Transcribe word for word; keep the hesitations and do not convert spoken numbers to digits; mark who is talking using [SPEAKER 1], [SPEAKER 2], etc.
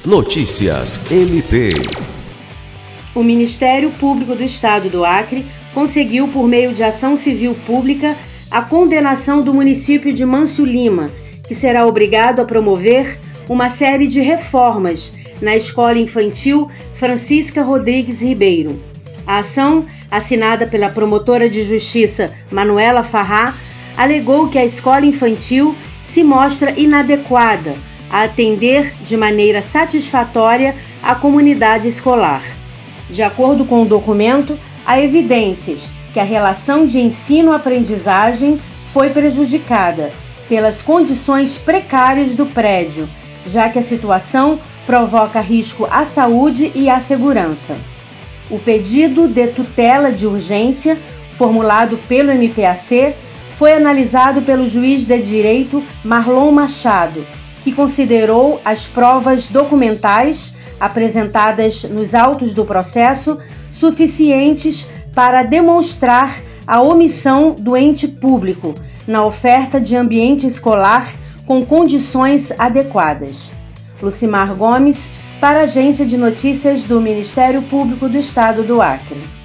[SPEAKER 1] Notícias M P.
[SPEAKER 2] O Ministério Público do Estado do Acre conseguiu, por meio de ação civil pública, a condenação do município de Mâncio Lima, que será obrigado a promover uma série de reformas na Escola Infantil Francisca Rodrigues Ribeiro. A ação, assinada pela promotora de justiça Manuela Farrá, alegou que a escola infantil se mostra inadequada a atender de maneira satisfatória a comunidade escolar. De acordo com o documento, há evidências que a relação de ensino-aprendizagem foi prejudicada pelas condições precárias do prédio, já que a situação provoca risco à saúde e à segurança. O pedido de tutela de urgência, formulado pelo M P A C, foi analisado pelo juiz de direito Marlon Machado, que considerou as provas documentais apresentadas nos autos do processo suficientes para demonstrar a omissão do ente público na oferta de ambiente escolar com condições adequadas. Lucimar Gomes, para a Agência de Notícias do Ministério Público do Estado do Acre.